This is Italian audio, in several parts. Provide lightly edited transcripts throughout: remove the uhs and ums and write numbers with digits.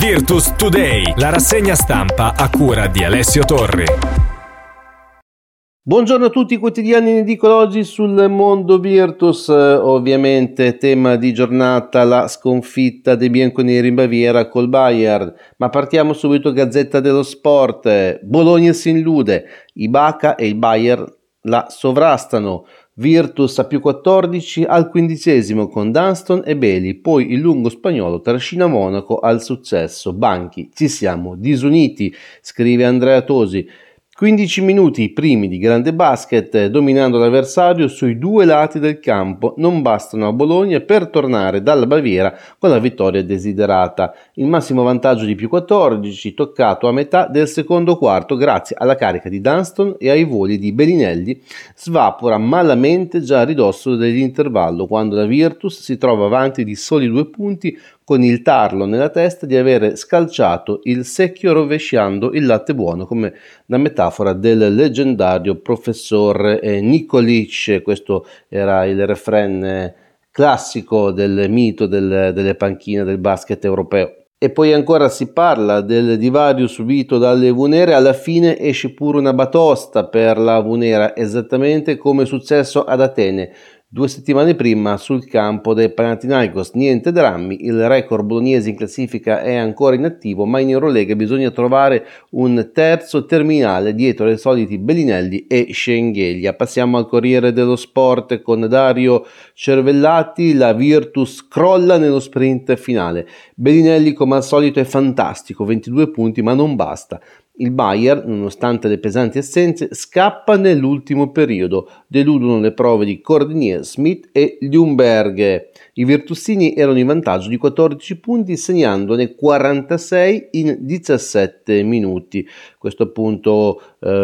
Virtus Today, la rassegna stampa a cura di Alessio Torri. Buongiorno a tutti, quotidiani in edicola oggi sul mondo Virtus. Ovviamente tema di giornata la sconfitta dei bianconeri in Baviera col Bayern, ma partiamo subito. Gazzetta dello Sport. Bologna si illude, Ibaka e il Bayern la sovrastano. Virtus a più 14 al 15° con Dunston e Bailey, poi il lungo spagnolo trascina Monaco al successo. Banchi, ci siamo disuniti, scrive Andrea Tosi. 15 minuti primi di grande basket, dominando l'avversario sui due lati del campo, non bastano a Bologna per tornare dalla Baviera con la vittoria desiderata. Il massimo vantaggio di più 14 toccato a metà del secondo quarto grazie alla carica di Dunston e ai voli di Bellinelli, svapora malamente già a ridosso dell'intervallo quando la Virtus si trova avanti di soli 2 punti con il tarlo nella testa di avere scalciato il secchio rovesciando il latte buono, come la metafora del leggendario professor Nikolic. Questo era il refrain classico del mito delle panchine del basket europeo. E poi ancora si parla del divario subito dalle Vunere. Alla fine esce pure una batosta per la Vunera, esattamente come è successo ad Atene 2 settimane prima sul campo del Panathinaikos. Niente drammi, il record bolognese in classifica è ancora inattivo, ma in Eurolega bisogna trovare un terzo terminale dietro ai soliti Bellinelli e Schengelia. Passiamo al Corriere dello Sport con Dario Cervellati. La Virtus crolla nello sprint finale. Bellinelli come al solito è fantastico, 22 punti, ma non basta. Il Bayern, nonostante le pesanti assenze, scappa nell'ultimo periodo. Deludono le prove di Cordinier, Smith e Ljungberg. I virtusini erano in vantaggio di 14 punti, segnandone 46 in 17 minuti. Questa appunto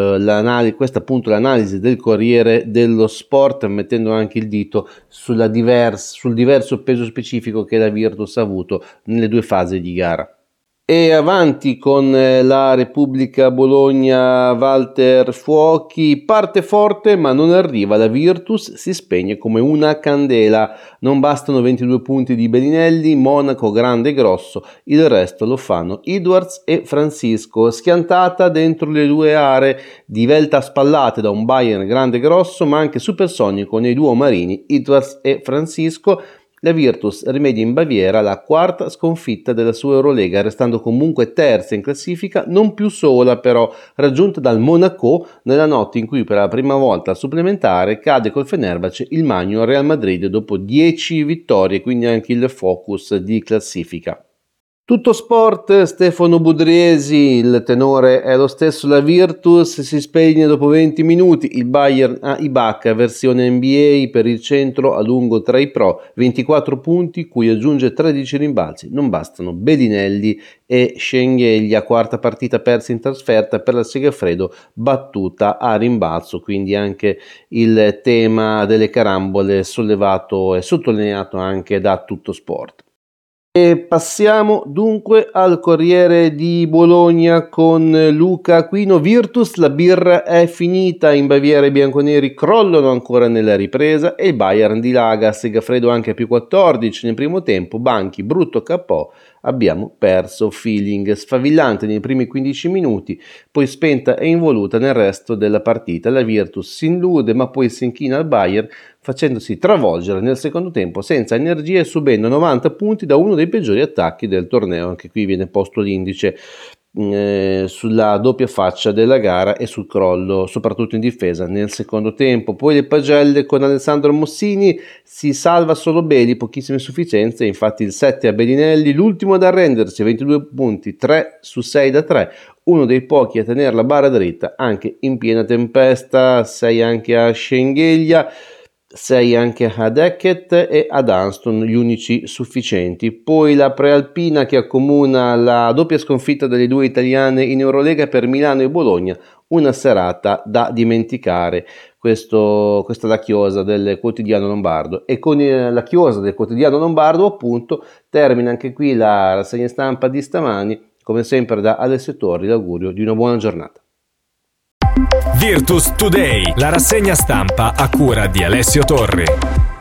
l'analisi del Corriere dello Sport, mettendo anche il dito sul diverso peso specifico che la Virtus ha avuto nelle 2 fasi di gara. E avanti con la Repubblica Bologna, Walter Fuochi, parte forte ma non arriva, la Virtus si spegne come una candela, non bastano 22 punti di Bellinelli, Monaco grande e grosso, il resto lo fanno Edwards e Francisco, schiantata dentro le 2 aree, divelta a spallate da un Bayern grande e grosso ma anche supersonico nei duo marini Edwards e Francisco. La Virtus rimedia in Baviera la 4ª sconfitta della sua Eurolega, restando comunque terza in classifica, non più sola però, raggiunta dal Monaco nella notte in cui per la prima volta al supplementare cade col Fenerbahce il Magno Real Madrid dopo 10 vittorie, quindi anche il focus di classifica. Tutto sport, Stefano Budriesi, il tenore è lo stesso, la Virtus si spegne dopo 20 minuti, il Bayern ha Ibaka versione NBA per il centro a lungo tra i pro, 24 punti cui aggiunge 13 rimbalzi, non bastano Bellinelli e Schengelia, 4ª partita persa in trasferta per la Segafredo, battuta a rimbalzo, quindi anche il tema delle carambole sollevato e sottolineato anche da Tutto Sport. E passiamo dunque al Corriere di Bologna con Luca Aquino. Virtus, la birra è finita, in Baviera i bianconeri crollano ancora nella ripresa e il Bayern dilaga, Segafredo anche a più 14 nel primo tempo, Banchi brutto KO, abbiamo perso feeling, sfavillante nei primi 15 minuti, poi spenta e involuta nel resto della partita. La Virtus si illude ma poi si inchina al Bayern facendosi travolgere nel secondo tempo senza energia e subendo 90 punti da uno dei peggiori attacchi del torneo. Anche qui viene posto l'indice sulla doppia faccia della gara e sul crollo soprattutto in difesa nel secondo tempo. Poi le pagelle con Alessandro Mossini, si salva solo Bailey, pochissime sufficienze, infatti il 7 a Bellinelli, l'ultimo ad arrendersi, 22 punti, 3 su 6 da 3, uno dei pochi a tenere la barra dritta anche in piena tempesta. 6 anche a Schengelia, 6 anche ad Hackett e a Dunston, gli unici sufficienti. Poi la prealpina che accomuna la doppia sconfitta delle 2 italiane in Eurolega per Milano e Bologna, una serata da dimenticare. Questa è la chiosa del Quotidiano Lombardo, e con la chiosa del Quotidiano Lombardo appunto termina anche qui la rassegna stampa di stamani. Come sempre da Alessio Torri l'augurio di una buona giornata. Virtus Today, la rassegna stampa a cura di Alessio Torri.